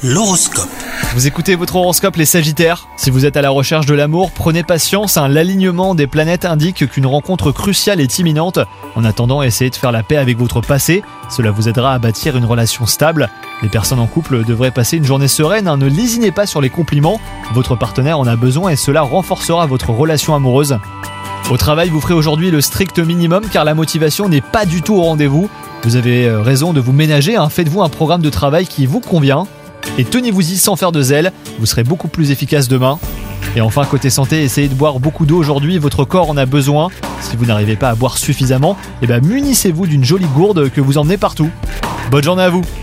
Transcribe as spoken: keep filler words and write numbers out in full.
L'horoscope. Vous écoutez votre horoscope les Sagittaires. Si vous êtes à la recherche de l'amour, prenez patience, hein, l'alignement des planètes indique qu'une rencontre cruciale est imminente. En attendant, essayez de faire la paix avec votre passé, cela vous aidera à bâtir une relation stable. Les personnes en couple devraient passer une journée sereine, hein, ne lésinez pas sur les compliments, votre partenaire en a besoin et cela renforcera votre relation amoureuse. Au travail, vous ferez aujourd'hui le strict minimum car la motivation n'est pas du tout au rendez-vous. Vous avez raison de vous ménager, hein, faites-vous un programme de travail qui vous convient. Et tenez-vous-y sans faire de zèle, vous serez beaucoup plus efficace demain. Et enfin, côté santé, essayez de boire beaucoup d'eau aujourd'hui, votre corps en a besoin. Si vous n'arrivez pas à boire suffisamment, eh ben munissez-vous d'une jolie gourde que vous emmenez partout. Bonne journée à vous!